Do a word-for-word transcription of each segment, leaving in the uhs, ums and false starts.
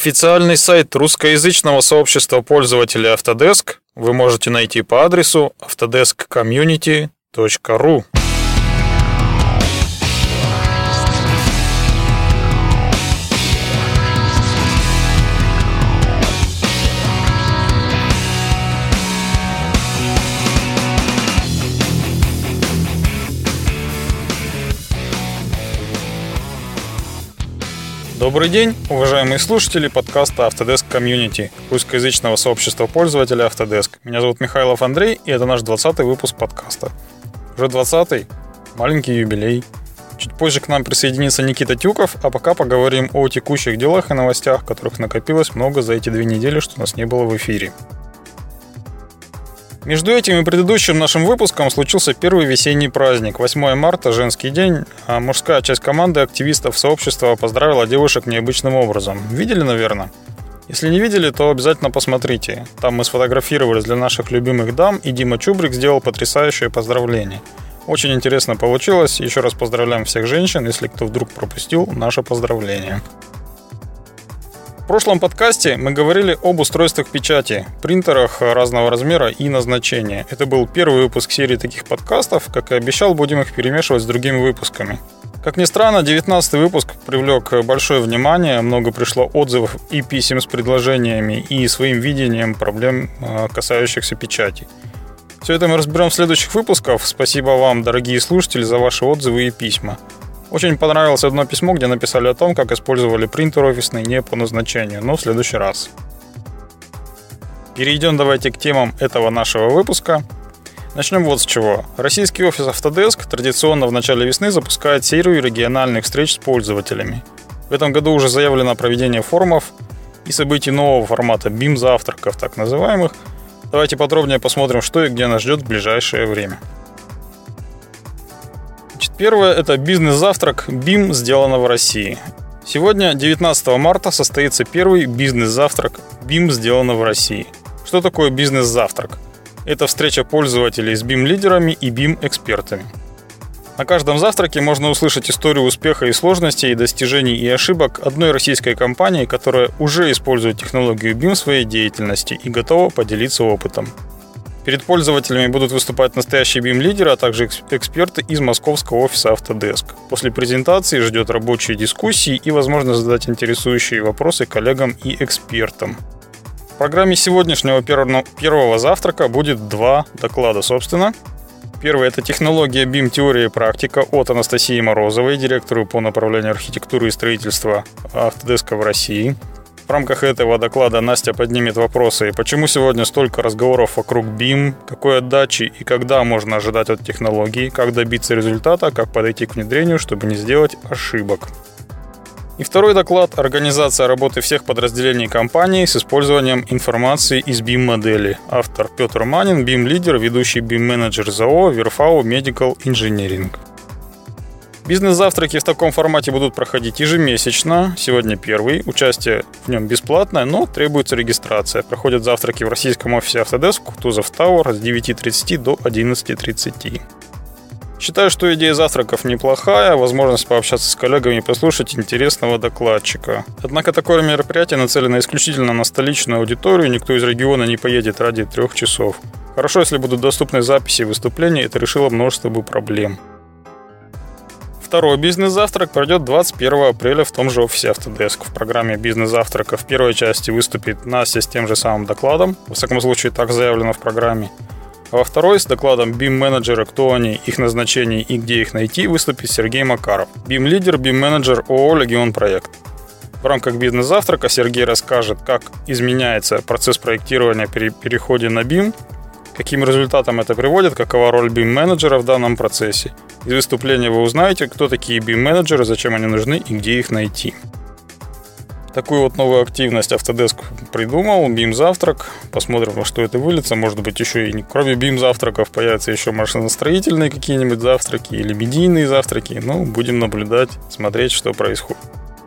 Официальный сайт русскоязычного сообщества пользователей Autodesk вы можете найти по адресу autodesk community точка ru. Добрый день, уважаемые слушатели подкаста Autodesk Community, русскоязычного сообщества пользователей Autodesk. Меня зовут Михайлов Андрей, и это наш двадцатый выпуск подкаста. Уже двадцатый, маленький юбилей. Чуть позже к нам присоединится Никита Тюков, а пока поговорим о текущих делах и новостях, которых накопилось много за эти две недели, что нас не было в эфире. Между этим и предыдущим нашим выпуском случился первый весенний праздник. восьмое марта, женский день, а мужская часть команды активистов сообщества поздравила девушек необычным образом. Видели, наверное? Если не видели, то обязательно посмотрите. Там мы сфотографировались для наших любимых дам, и Дима Чубрик сделал потрясающее поздравление. Очень интересно получилось. Еще раз поздравляем всех женщин, если кто вдруг пропустил наше поздравление. В прошлом подкасте мы говорили об устройствах печати, принтерах разного размера и назначения. Это был первый выпуск серии таких подкастов. Как и обещал, будем их перемешивать с другими выпусками. Как ни странно, девятнадцатый выпуск привлек большое внимание. Много пришло отзывов и писем с предложениями и своим видением проблем, касающихся печати. Все это мы разберем в следующих выпусках. Спасибо вам, дорогие слушатели, за ваши отзывы и письма. Очень понравилось одно письмо, где написали о том, как использовали принтер офисный не по назначению, но в следующий раз. Перейдем давайте к темам этого нашего выпуска. Начнем вот с чего. Российский офис Autodesk традиционно в начале весны запускает серию региональных встреч с пользователями. В этом году уже заявлено проведение форумов и событий нового формата би ай эм-завтраков, так называемых. Давайте подробнее посмотрим, что и где нас ждет в ближайшее время. Первое – это бизнес-завтрак би ай эм «Сделано в России». Сегодня, девятнадцатого марта, состоится первый бизнес-завтрак би ай эм «Сделано в России». Что такое бизнес-завтрак? Это встреча пользователей с би ай эм-лидерами и би ай эм-экспертами. На каждом завтраке можно услышать историю успеха и сложностей, достижений и ошибок одной российской компании, которая уже использует технологию би ай эм в своей деятельности и готова поделиться опытом. Перед пользователями будут выступать настоящие би ай эм-лидеры, а также эксперты из московского офиса Autodesk. После презентации ждет рабочие дискуссии и возможность задать интересующие вопросы коллегам и экспертам. В программе сегодняшнего первого завтрака будет два доклада, собственно. Первый – это технология би ай эм-теория и практика от Анастасии Морозовой, директору по направлению архитектуры и строительства Autodesk в России. В рамках этого доклада Настя поднимет вопросы, почему сегодня столько разговоров вокруг би ай эм, какой отдачи и когда можно ожидать от технологий, как добиться результата, как подойти к внедрению, чтобы не сделать ошибок. И второй доклад – организация работы всех подразделений компании с использованием информации из би ай эм-модели. Автор Петр Манин, би ай эм-лидер, ведущий би ай эм-менеджер ЗАО Верфау Medical Engineering. Бизнес-завтраки в таком формате будут проходить ежемесячно. Сегодня первый. Участие в нем бесплатное, но требуется регистрация. Проходят завтраки в российском офисе Autodesk, Кутузов Тауэр с девяти тридцати до одиннадцати тридцати. Считаю, что идея завтраков неплохая. Возможность пообщаться с коллегами и послушать интересного докладчика. Однако такое мероприятие нацелено исключительно на столичную аудиторию. Никто из региона не поедет ради трех часов. Хорошо, если будут доступны записи выступлений. Это решило множество бы проблем. Второй бизнес-завтрак пройдет двадцать первого апреля в том же офисе Autodesk. В программе бизнес-завтрака в первой части выступит Настя с тем же самым докладом. Во всяком случае, так заявлено в программе. А во второй с докладом би ай эм-менеджера, кто они, их назначение и где их найти, выступит Сергей Макаров. би ай эм-лидер, би ай эм-менеджер ООО «Легион Проект». В рамках бизнес-завтрака Сергей расскажет, как изменяется процесс проектирования при переходе на би ай эм, каким результатам это приводит, какова роль би ай эм-менеджера в данном процессе. Из выступления вы узнаете, кто такие би ай эм-менеджеры, зачем они нужны и где их найти. Такую вот новую активность Autodesk придумал, би ай эм-завтрак. Посмотрим, во что это выльется. Может быть, еще и не кроме би ай эм-завтраков появятся еще машиностроительные какие-нибудь завтраки или медийные завтраки. Ну, будем наблюдать, смотреть, что происходит.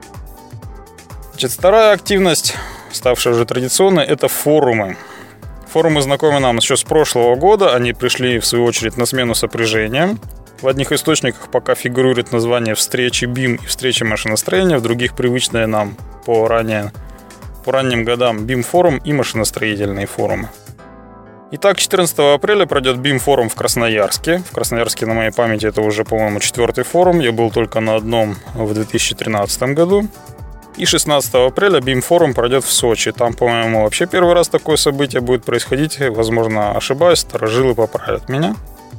Значит, вторая активность, ставшая уже традиционной, это форумы. Форумы знакомы нам еще с прошлого года. Они пришли, в свою очередь, на смену сопряжениям. В одних источниках пока фигурирует название встречи би ай эм и встречи машиностроения, в других привычное нам по ранее по ранним годам би ай эм-форум и машиностроительные форумы. Итак, четырнадцатого апреля пройдет би ай эм-форум в Красноярске. В Красноярске, на моей памяти, это уже, по-моему, четвертый форум. Я был только на одном в две тысячи тринадцатом году. И шестнадцатого апреля би ай эм-форум пройдет в Сочи. Там, по-моему, вообще первый раз такое событие будет происходить. Возможно, ошибаюсь, старожилы поправят меня.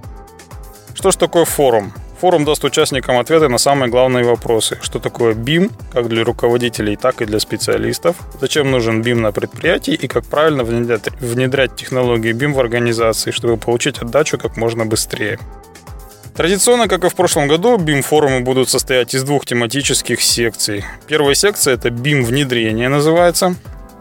Что ж такое форум? Форум даст участникам ответы на самые главные вопросы. Что такое би ай эм, как для руководителей, так и для специалистов. Зачем нужен би ай эм на предприятии и как правильно внедрять, внедрять технологии би ай эм в организации, чтобы получить отдачу как можно быстрее. Традиционно, как и в прошлом году, би ай эм-форумы будут состоять из двух тематических секций. Первая секция – это би ай эм-внедрение называется.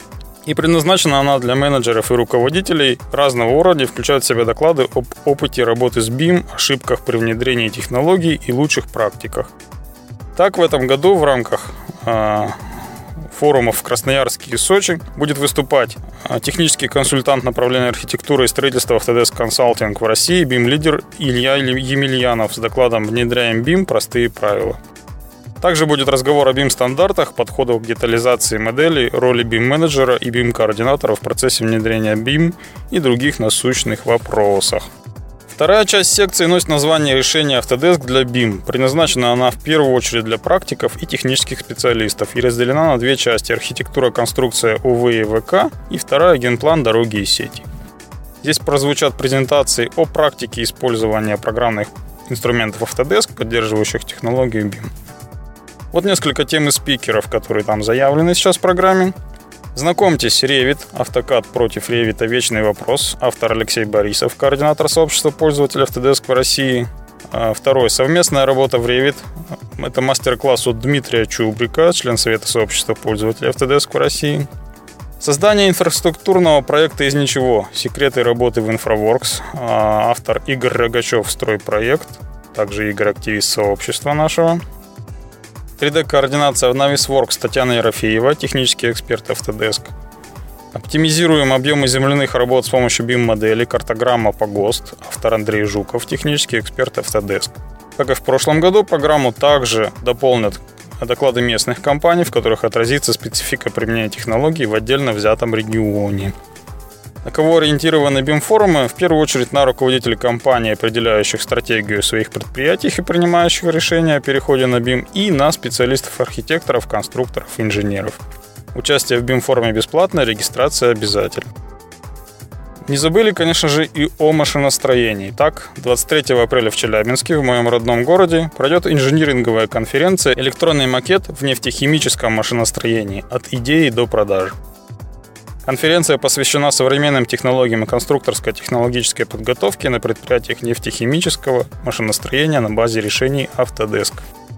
И предназначена она для менеджеров и руководителей разного уровня, включает в себя доклады об опыте работы с би ай эм, ошибках при внедрении технологий и лучших практиках. Так, в этом году в рамках э, форумов в Красноярске и Сочи будет выступать технический консультант направления архитектуры и строительства Autodesk Consulting в России, би ай эм-лидер Илья Емельянов с докладом «Внедряем би ай эм. Простые правила». Также будет разговор о би ай эм-стандартах, подходах к детализации моделей, роли би ай эм-менеджера и би ай эм-координатора в процессе внедрения би ай эм и других насущных вопросах. Вторая часть секции носит название «Решение Autodesk для би ай эм». Предназначена она в первую очередь для практиков и технических специалистов и разделена на две части – архитектура, конструкция ОВ и ВК и вторая – генплан дороги и сети. Здесь прозвучат презентации о практике использования программных инструментов Autodesk, поддерживающих технологию би ай эм. Вот несколько тем и спикеров, которые там заявлены сейчас в программе. Знакомьтесь, Revit, AutoCAD против Revit, вечный вопрос. Автор Алексей Борисов, координатор сообщества пользователей Autodesk в России. Второй, совместная работа в Revit. Это мастер-класс от Дмитрия Чубрика, член Совета сообщества пользователей Autodesk в России. Создание инфраструктурного проекта из ничего. Секреты работы в InfraWorks. Автор Игорь Рогачев, стройпроект. Также Игорь, активист сообщества нашего. три дэ-координация в Navisworks Татьяна Ерофеева, технический эксперт Autodesk. Оптимизируем объемы земляных работ с помощью би ай эм-модели, картограмма по ГОСТ, автор Андрей Жуков, технический эксперт Autodesk. Как и в прошлом году, программу также дополнят доклады местных компаний, в которых отразится специфика применения технологий в отдельно взятом регионе. На кого ориентированы би ай эм-форумы? В первую очередь на руководителей компаний, определяющих стратегию в своих предприятиях и принимающих решения о переходе на би ай эм, и на специалистов-архитекторов, конструкторов, инженеров. Участие в би ай эм-форуме бесплатно, регистрация обязательна. Не забыли, конечно же, и о машиностроении. Так, двадцать третьего апреля в Челябинске, в моем родном городе, пройдет инжиниринговая конференция «Электронный макет в нефтехимическом машиностроении. От идеи до продажи». Конференция посвящена современным технологиям и конструкторской технологической подготовке на предприятиях нефтехимического машиностроения на базе решений Autodesk.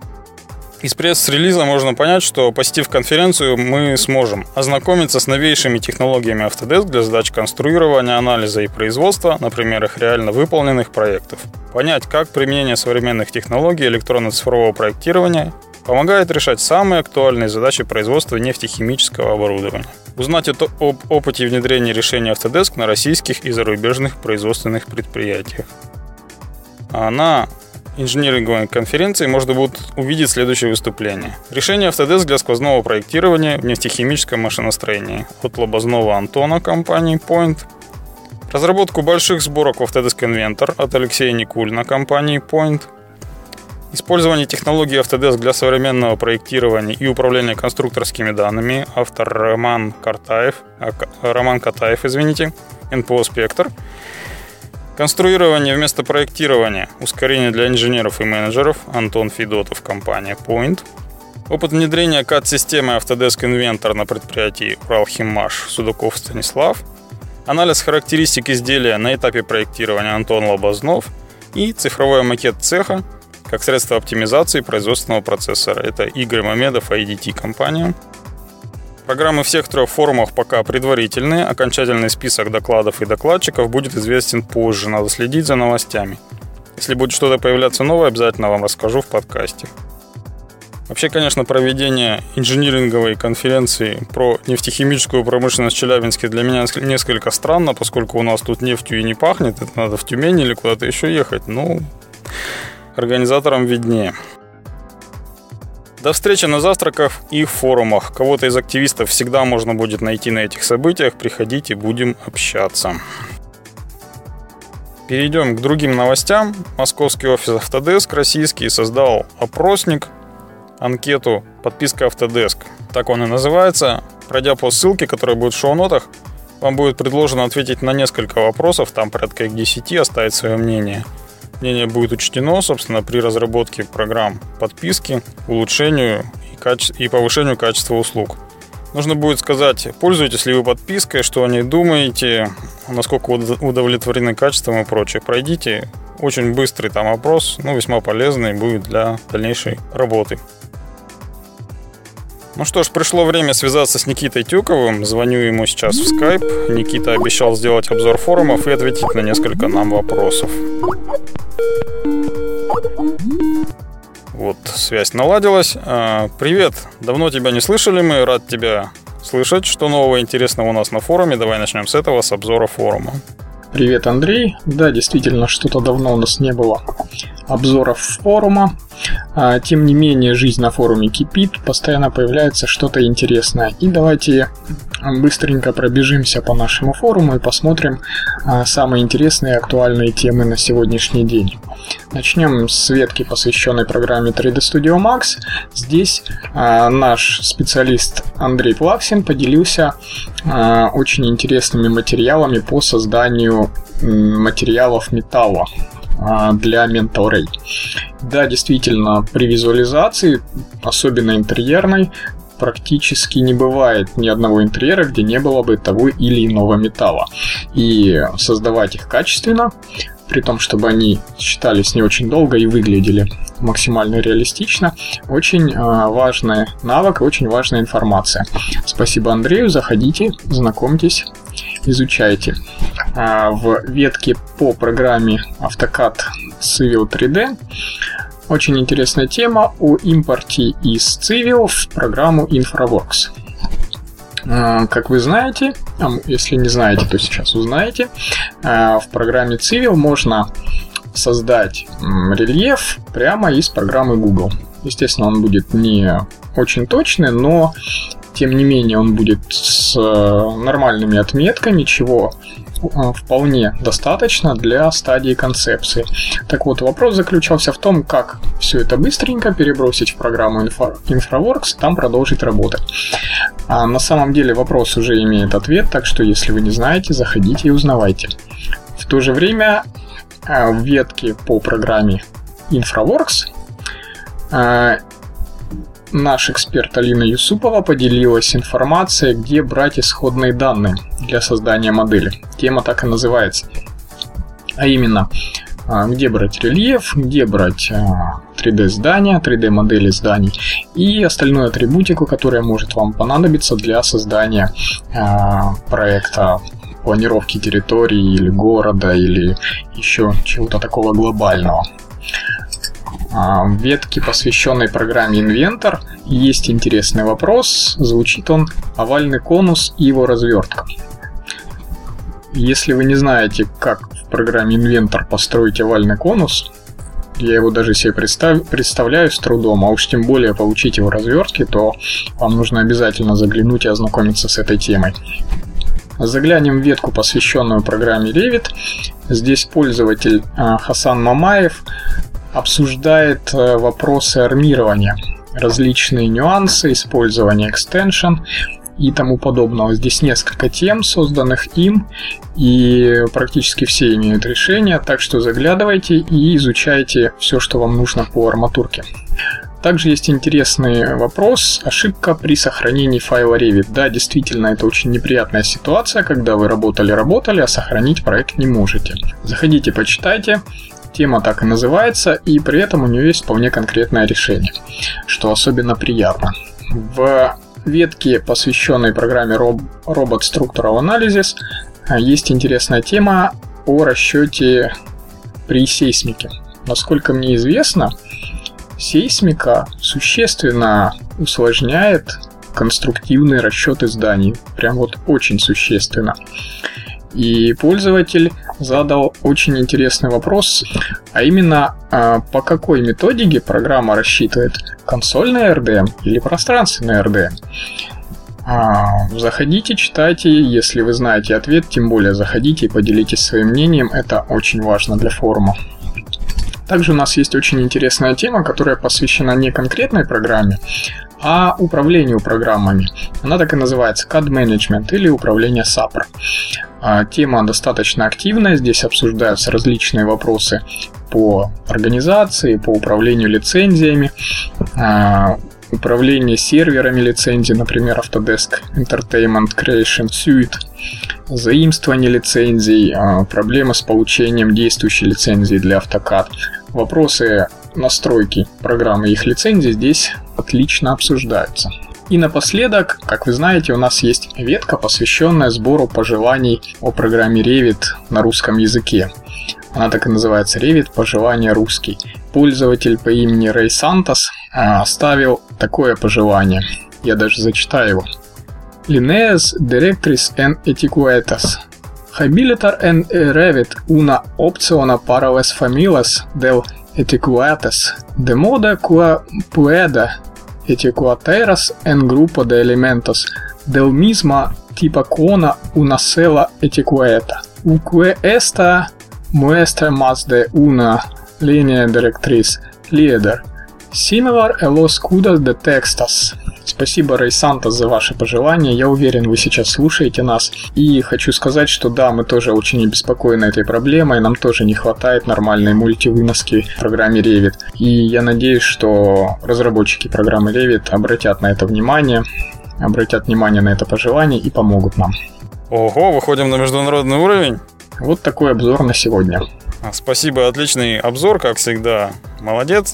Из пресс-релиза можно понять, что, посетив конференцию, мы сможем ознакомиться с новейшими технологиями Autodesk для задач конструирования, анализа и производства на примерах реально выполненных проектов, понять, как применение современных технологий электронно-цифрового проектирования помогает решать самые актуальные задачи производства нефтехимического оборудования. Узнать это об опыте внедрения решений Autodesk на российских и зарубежных производственных предприятиях. А на инжиниринговой конференции можно будет увидеть следующее выступление. Решение Autodesk для сквозного проектирования в нефтехимическом машиностроении от Лобознова Антона компании Point. Разработку больших сборок в Autodesk Inventor от Алексея Никулина компании Point. Использование технологий Autodesk для современного проектирования и управления конструкторскими данными. Автор Роман Картаев, Роман Катаев, извините, эн пэ о Spectre. Конструирование вместо проектирования. Ускорение для инженеров и менеджеров. Антон Федотов, компания Point. Опыт внедрения кад системы Autodesk Inventor на предприятии Уралхиммаш. Судаков Станислав. Анализ характеристик изделия на этапе проектирования. Антон Лобознов. И цифровой макет цеха как средство оптимизации производственного процессора. Это Игорь Мамедов, ай ди ти компания. Программы всех трех форумов пока предварительные. Окончательный список докладов и докладчиков будет известен позже. Надо следить за новостями. Если будет что-то появляться новое, обязательно вам расскажу в подкасте. Вообще, конечно, проведение инжиниринговой конференции про нефтехимическую промышленность в Челябинске для меня несколько странно, поскольку у нас тут нефтью и не пахнет. Это надо в Тюмень или куда-то еще ехать. Ну, организаторам виднее. До встречи на завтраках и форумах. Кого-то из активистов всегда можно будет найти на этих событиях. Приходите, будем общаться. Перейдем к другим новостям. Московский офис Autodesk российский создал опросник, анкету «Подписка Autodesk». Так он и называется. Пройдя по ссылке, которая будет в шоу-нотах, вам будет предложено ответить на несколько вопросов, там порядка их десяти, оставить свое мнение. Мнение будет учтено, собственно, при разработке программ подписки, улучшению и, каче... и повышению качества услуг. Нужно будет сказать, пользуетесь ли вы подпиской, что о ней думаете, насколько удовлетворены качеством и прочее. Пройдите. Очень быстрый там опрос, ну, весьма полезный будет для дальнейшей работы. Ну что ж, пришло время связаться с Никитой Тюковым. Звоню ему сейчас в скайп. Никита обещал сделать обзор форумов и ответить на несколько нам вопросов. Вот, связь наладилась. Привет, давно тебя не слышали мы, рад тебя слышать. Что нового интересного у нас на форуме? Давай начнем с этого, с обзора форума. Привет, Андрей. Да, действительно, что-то давно у нас не было обзоров форума. Тем не менее, жизнь на форуме кипит, постоянно появляется что-то интересное. И давайте быстренько пробежимся по нашему форуму и посмотрим самые интересные и актуальные темы на сегодняшний день. Начнем с ветки, посвященной программе три дэ Studio Max. Здесь наш специалист Андрей Плаксин поделился очень интересными материалами по созданию материалов металла для Mental Ray. Да, действительно, при визуализации, особенно интерьерной, практически не бывает ни одного интерьера, где не было бы того или иного металла. И создавать их качественно, при том, чтобы они считались не очень долго и выглядели максимально реалистично, очень важный навык и очень важная информация. Спасибо Андрею, заходите, знакомьтесь, изучайте. В ветке по программе AutoCAD Civil три дэ очень интересная тема о импорте из Civil в программу InfraWorks. Как вы знаете, если не знаете, то сейчас узнаете, в программе Civil можно создать рельеф прямо из программы Google. Естественно, он будет не очень точный, но тем не менее он будет с нормальными отметками, чего вполне достаточно для стадии концепции. Так вот, вопрос заключался в том, как все это быстренько перебросить в программу InfraWorks, там продолжить работать. А на самом деле вопрос уже имеет ответ, так что если вы не знаете, заходите и узнавайте. В то же время в ветке по программе InfraWorks наш эксперт Алина Юсупова поделилась информацией, где брать исходные данные для создания модели. Тема так и называется. А именно, где брать рельеф, где брать три дэ здания, три дэ модели зданий и остальную атрибутику, которая может вам понадобиться для создания проекта планировки территории или города или еще чего-то такого глобального. В ветке, посвященной программе Inventor, есть интересный вопрос. Звучит он: овальный конус и его развертка. Если вы не знаете, как в программе Inventor построить овальный конус, я его даже себе представ... представляю с трудом, а уж тем более получить его развертки, то вам нужно обязательно заглянуть и ознакомиться с этой темой. Заглянем в ветку, посвященную программе Revit. Здесь пользователь Хасан Мамаев обсуждает вопросы армирования, различные нюансы использования экстеншн и тому подобного. Здесь несколько тем, созданных им, и практически все имеют решение, так что заглядывайте и изучайте все, что вам нужно по арматурке. Также есть интересный вопрос: ошибка при сохранении файла Revit. Да, действительно, это очень неприятная ситуация, когда вы работали-работали, а сохранить проект не можете. Заходите, почитайте. Тема так и называется, и при этом у нее есть вполне конкретное решение, что особенно приятно. В ветке, посвященной программе Robot Structural Analysis, есть интересная тема о расчете при сейсмике. Насколько мне известно, сейсмика существенно усложняет конструктивные расчеты зданий. Прям вот очень существенно. И пользователь задал очень интересный вопрос, а именно, по какой методике программа рассчитывает: консольный эр дэ эм или пространственный эр дэ эм? Заходите, читайте, если вы знаете ответ, тем более заходите и поделитесь своим мнением, это очень важно для форума. Также у нас есть очень интересная тема, которая посвящена не конкретной программе, а управлению программами. Она так и называется си эй ди Management или управление сапр. Тема достаточно активная, здесь обсуждаются различные вопросы по организации, по управлению лицензиями, управление серверами лицензий, например, Autodesk Entertainment Creation Suite, заимствование лицензий, проблемы с получением действующей лицензии для AutoCAD. Вопросы настройки программы и их лицензий здесь отлично обсуждаются. И напоследок, как вы знаете, у нас есть ветка, посвященная сбору пожеланий о программе Revit на русском языке. Она так и называется Revit «Пожелания русский». Пользователь по имени Рэй Сантос оставил такое пожелание. Я даже зачитаю его. Linneas directris en etiquetas. Habilitar en Revit una optiona para las familias del etiquetas, de modo que pueda etiqueteras en grupo de elementos del mismo tipo con una sola etiqueta, u que esta muestra más de una línea directriz líder, similar a los codos de textos. Спасибо, Рэй Сантос, за ваши пожелания. Я уверен, вы сейчас слушаете нас. И хочу сказать, что да, мы тоже очень обеспокоены этой проблемой. Нам тоже не хватает нормальной мультивыноски в программе Revit. И я надеюсь, что разработчики программы Revit обратят на это внимание, обратят внимание на это пожелание и помогут нам. Ого, выходим на международный уровень. Вот такой обзор на сегодня. Спасибо, отличный обзор, как всегда. Молодец.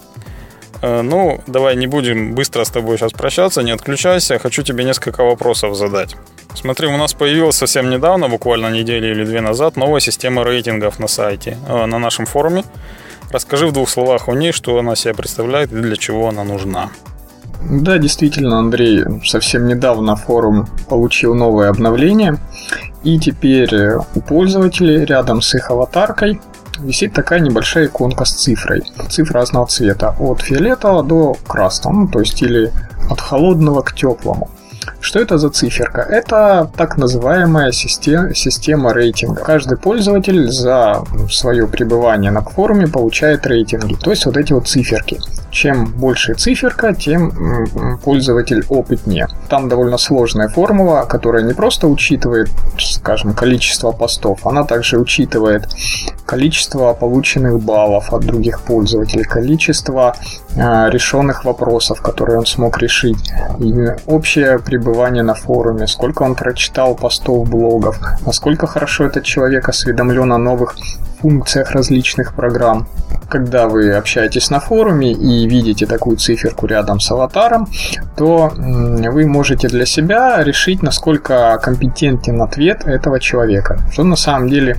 Ну, давай не будем быстро с тобой сейчас прощаться, не отключайся. Хочу тебе несколько вопросов задать. Смотри, у нас появилась совсем недавно, буквально неделю или две назад, новая система рейтингов на сайте, на нашем форуме. Расскажи в двух словах о ней, что она себя представляет и для чего она нужна. Да, действительно, Андрей, совсем недавно форум получил новое обновление, и теперь у пользователей рядом с их аватаркой висит такая небольшая иконка с цифрой. Цифр разного цвета, от фиолетового до красного, ну, то есть или от холодного к теплому. Что это за циферка? Это так называемая система, система рейтинга. Каждый пользователь за свое пребывание на форуме получает рейтинги, то есть вот эти вот циферки. Чем больше циферка, тем пользователь опытнее. Там довольно сложная формула, которая не просто учитывает, скажем, количество постов, она также учитывает количество полученных баллов от других пользователей, количество э, решенных вопросов, которые он смог решить, и общее пребывание на форуме, сколько он прочитал постов, блогов, насколько хорошо этот человек осведомлен о новых функциях различных программ. Когда вы общаетесь на форуме и видите такую циферку рядом с аватаром, то вы можете для себя решить, насколько компетентен ответ этого человека, что на самом деле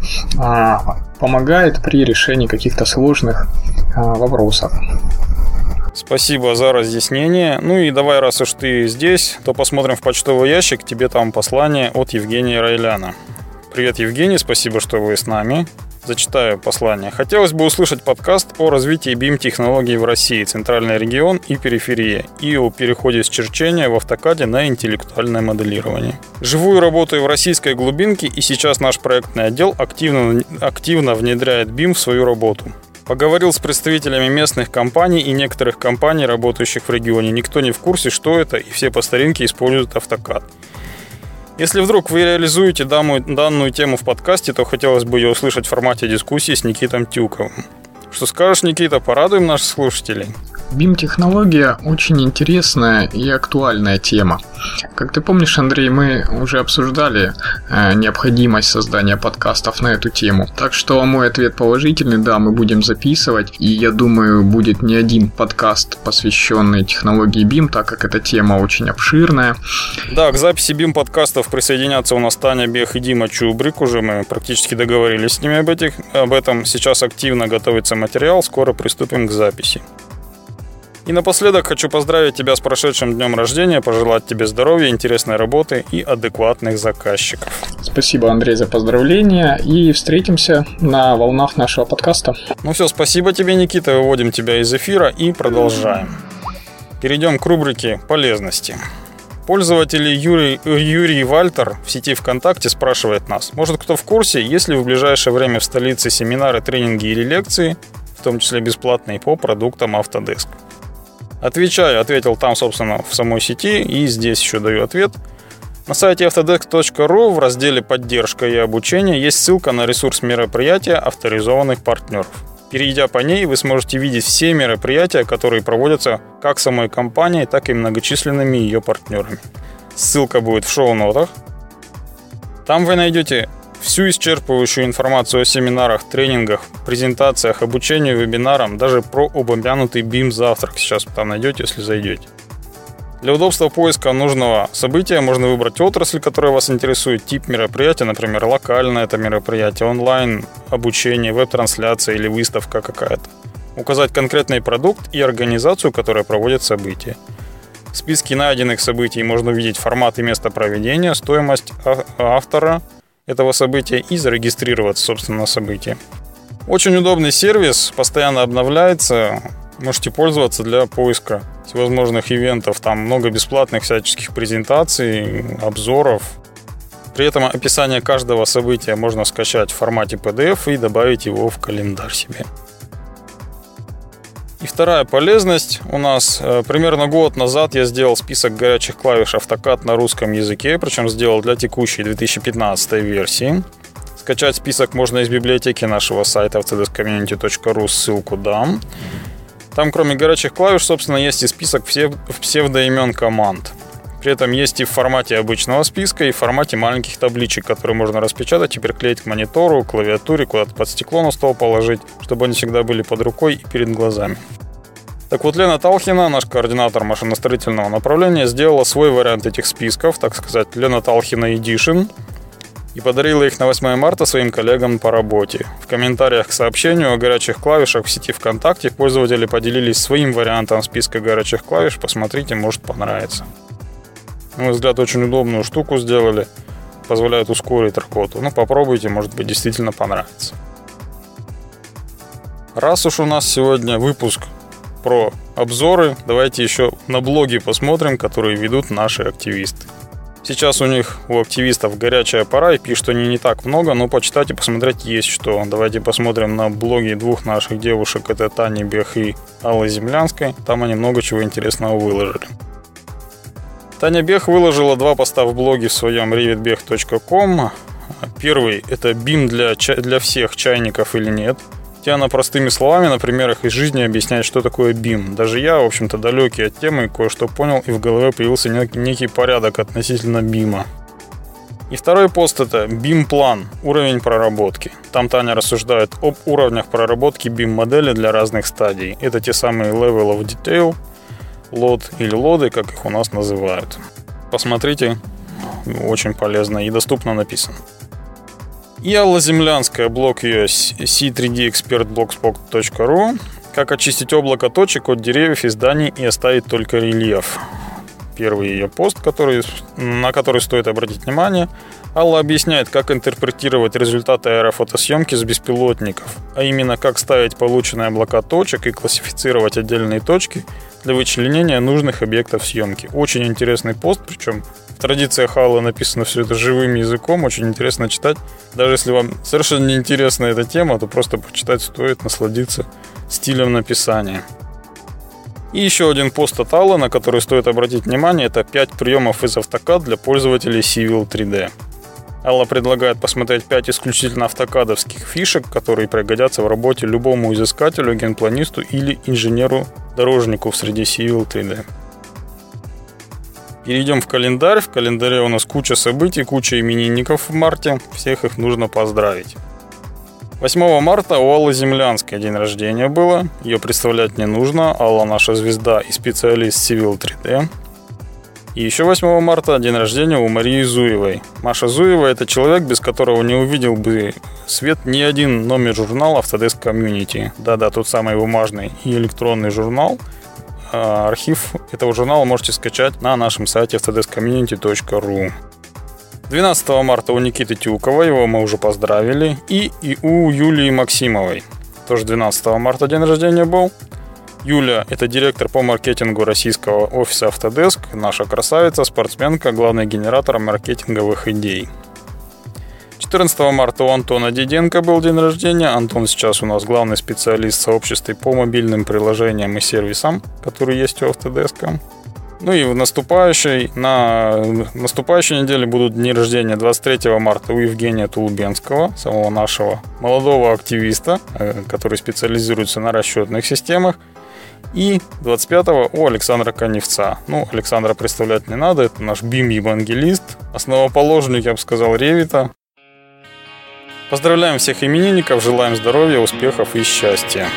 помогает при решении каких-то сложных вопросов. Спасибо за разъяснение. Ну и давай, раз уж ты здесь, то посмотрим в почтовый ящик. Тебе там послание от Евгения Райляна. Привет, Евгений, спасибо, что вы с нами. Зачитаю послание. Хотелось бы услышать подкаст о развитии би и эм-технологий в России, центральный регион и периферия, и о переходе с черчения в автокаде на интеллектуальное моделирование. Живу и работаю в российской глубинке, и сейчас наш проектный отдел активно, активно внедряет би и эм в свою работу. Поговорил с представителями местных компаний и некоторых компаний, работающих в регионе. Никто не в курсе, что это, и все по старинке используют автокад. Если вдруг вы реализуете данную, данную тему в подкасте, то хотелось бы ее услышать в формате дискуссии с Никитой Тюковым. Что скажешь, Никита, порадуем наших слушателей? би и эм-технология очень интересная и актуальная тема. Как ты помнишь, Андрей, мы уже обсуждали э, необходимость создания подкастов на эту тему. Так что мой ответ положительный, да, мы будем записывать. И я думаю, будет не один подкаст, посвященный технологии би и эм, так как эта тема очень обширная. Да, к записи би и эм-подкастов присоединятся у нас Таня Бех и Дима Чубрик. Уже мы практически договорились с ними об, этих, об этом. Сейчас активно готовится материал, скоро приступим к записи. И напоследок хочу поздравить тебя с прошедшим днем рождения, пожелать тебе здоровья, интересной работы и адекватных заказчиков. Спасибо, Андрей, за поздравления. И встретимся на волнах нашего подкаста. Ну все, спасибо тебе, Никита. Выводим тебя из эфира и продолжаем. Перейдем к рубрике «Полезности». Пользователь Юрий, Юрий Вальтер в сети ВКонтакте спрашивает нас: может, кто в курсе, есть ли в ближайшее время в столице семинары, тренинги или лекции, в том числе бесплатные, по продуктам Autodesk? Отвечаю, ответил там, собственно, в самой сети, и здесь еще даю ответ. На сайте autodesk точка ру в разделе «Поддержка и обучение» есть ссылка на ресурс мероприятия авторизованных партнеров. Перейдя по ней, вы сможете видеть все мероприятия, которые проводятся как самой компанией, так и многочисленными ее партнерами. Ссылка будет в шоу-нотах. Там вы найдете всю исчерпывающую информацию о семинарах, тренингах, презентациях, обучении, вебинарам, даже про упомянутый би ай эм завтрак сейчас там найдете, если зайдете. Для удобства поиска нужного события можно выбрать отрасль, которая вас интересует, тип мероприятия, например, локальное это мероприятие, онлайн, обучение, веб-трансляция или выставка какая-то. Указать конкретный продукт и организацию, которая проводит событие. В списке найденных событий можно увидеть формат и место проведения, стоимость автора этого события и зарегистрироваться, собственно, на событие. Очень удобный сервис, постоянно обновляется. Можете пользоваться для поиска всевозможных ивентов. Там много бесплатных всяческих презентаций, обзоров. При этом описание каждого события можно скачать в формате пи ди эф и добавить его в календарь себе. И вторая полезность. У нас э, примерно год назад я сделал список горячих клавиш AutoCAD на русском языке, причем сделал для текущей две тысячи пятнадцатой версии. Скачать список можно из библиотеки нашего сайта autodesk community точка ру, ссылку дам. Там, кроме горячих клавиш, собственно, есть и список псевдоимен команд. При этом есть и в формате обычного списка, и в формате маленьких табличек, которые можно распечатать и приклеить к монитору, клавиатуре, куда-то под стекло на стол положить, чтобы они всегда были под рукой и перед глазами. Так вот, Лена Талхина, наш координатор машиностроительного направления, сделала свой вариант этих списков, так сказать, Лена Талхина Edition, и подарила их на восьмое марта своим коллегам по работе. В комментариях к сообщению о горячих клавишах в сети ВКонтакте пользователи поделились своим вариантом списка горячих клавиш. Посмотрите, может понравится. На мой взгляд, очень удобную штуку сделали. Позволяет ускорить работу. Ну, попробуйте, может быть, действительно понравится. Раз уж у нас сегодня выпуск про обзоры, давайте еще на блоги посмотрим, которые ведут наши активисты. Сейчас у них, у активистов, горячая пора, и пишут они не так много, но почитать и посмотреть есть что. Давайте посмотрим на блоги двух наших девушек, это Тани Бех и Аллы Землянской. Там они много чего интересного выложили. Таня Бех выложила два поста в блоге в своем ревит бех точка ком. Первый – это би ай эм для, ча- для всех, чайников или нет. Где она простыми словами на примерах из жизни объясняет, что такое би ай эм. Даже я, в общем-то, далекий от темы, кое-что понял, и в голове появился некий порядок относительно би ай эм. И второй пост – это би ай эм-план, уровень проработки. Там Таня рассуждает об уровнях проработки би ай эм-модели для разных стадий. Это те самые level of detail, лод или лоды, как их у нас называют. Посмотрите, очень полезно и доступно написано. И Алла Землянская, блог ее си три ди эксперт блогспот точка ру. Как очистить облако точек от деревьев и зданий и оставить только рельеф. Первый ее пост, который, на который стоит обратить внимание. Алла объясняет, как интерпретировать результаты аэрофотосъемки с беспилотников, а именно как ставить полученные облака точек и классифицировать отдельные точки для вычленения нужных объектов съемки. Очень интересный пост, причем в традициях Аллы написано все это живым языком, очень интересно читать. Даже если вам совершенно не интересна эта тема, то просто почитать стоит, насладиться стилем написания. И еще один пост от Аллы, на который стоит обратить внимание, это пять приемов из AutoCAD для пользователей Civil три дэ. Алла предлагает посмотреть пять исключительно автокадовских фишек, которые пригодятся в работе любому изыскателю, генпланисту или инженеру-дорожнику в среде Civil три дэ. Перейдем в календарь. В календаре у нас куча событий, куча именинников в марте. Всех их нужно поздравить. восьмого марта у Аллы Землянской день рождения было. Ее представлять не нужно. Алла наша звезда и специалист Civil три дэ. И еще восьмого марта день рождения у Марии Зуевой. Маша Зуева – это человек, без которого не увидел бы свет ни один номер журнала Autodesk Community. Да-да, тот самый бумажный и электронный журнал. Архив этого журнала можете скачать на нашем сайте autodesk community точка ру. двенадцатого марта у Никиты Тюкова, его мы уже поздравили. И, и у Юлии Максимовой. Тоже двенадцатого марта день рождения был. Юля – это директор по маркетингу российского офиса Autodesk, наша красавица, спортсменка, главный генератор маркетинговых идей. четырнадцатого марта у Антона Диденко был день рождения. Антон сейчас у нас главный специалист в сообществе по мобильным приложениям и сервисам, которые есть у Autodesk. Ну и в наступающей, на наступающей неделе будут дни рождения двадцать третьего марта у Евгения Тулубенского, самого нашего молодого активиста, который специализируется на расчетных системах. И двадцать пятого у Александра Коневца. Ну, Александра представлять не надо, это наш бим-евангелист, основоположник, я бы сказал, Ревита. Поздравляем всех именинников, желаем здоровья, успехов и счастья.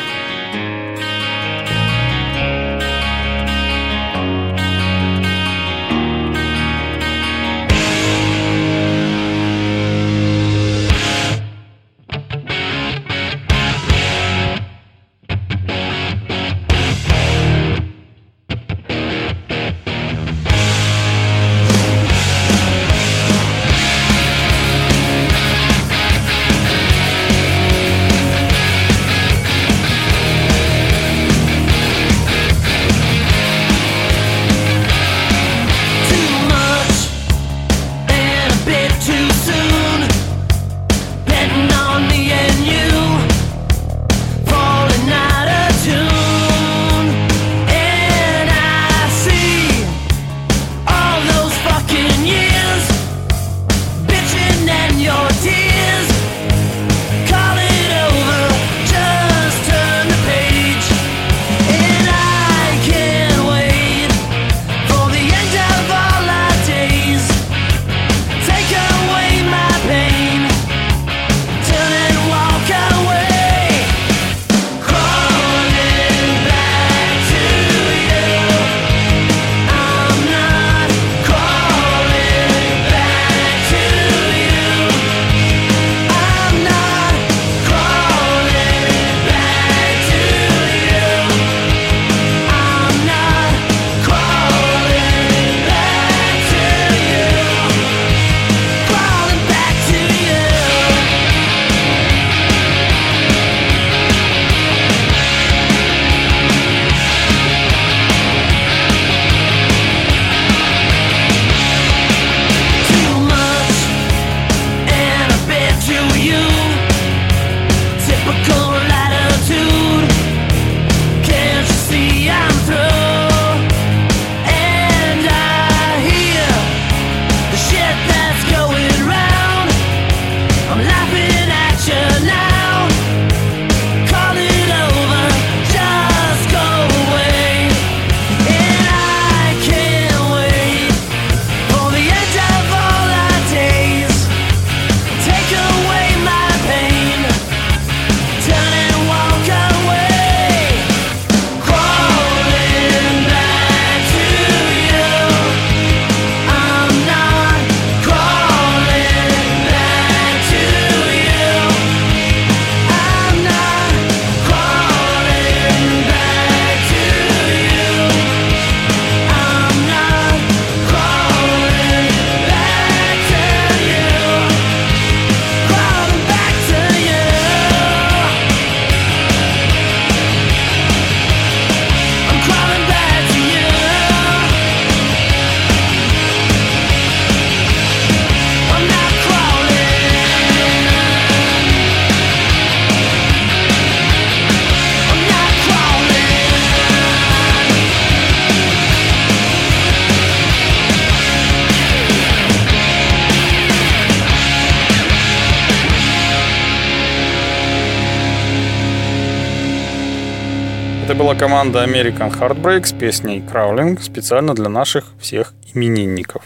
Это была команда American Heartbreak с песней Crawling специально для наших всех именинников.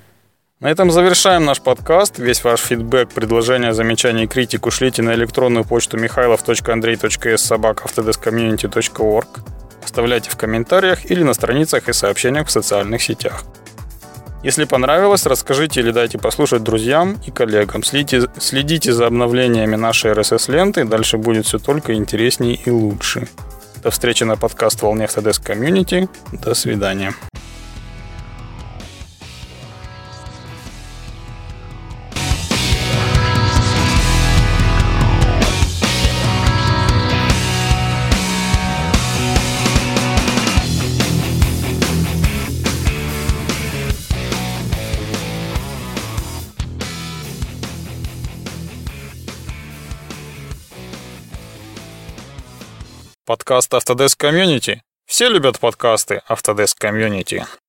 На этом завершаем наш подкаст. Весь ваш фидбэк, предложения, замечания и критику шлите на электронную почту михайлов точка андрей точка эс собака автодеск комьюнити точка орг. Оставляйте в комментариях или на страницах и сообщениях в социальных сетях. Если понравилось, расскажите или дайте послушать друзьям и коллегам. Следите, следите за обновлениями нашей эр эс эс-ленты, дальше будет все только интереснее и лучше. До встречи на подкаст «Волне Autodesk Community». До свидания. Подкаст Autodesk Community. Все любят подкасты Autodesk Community.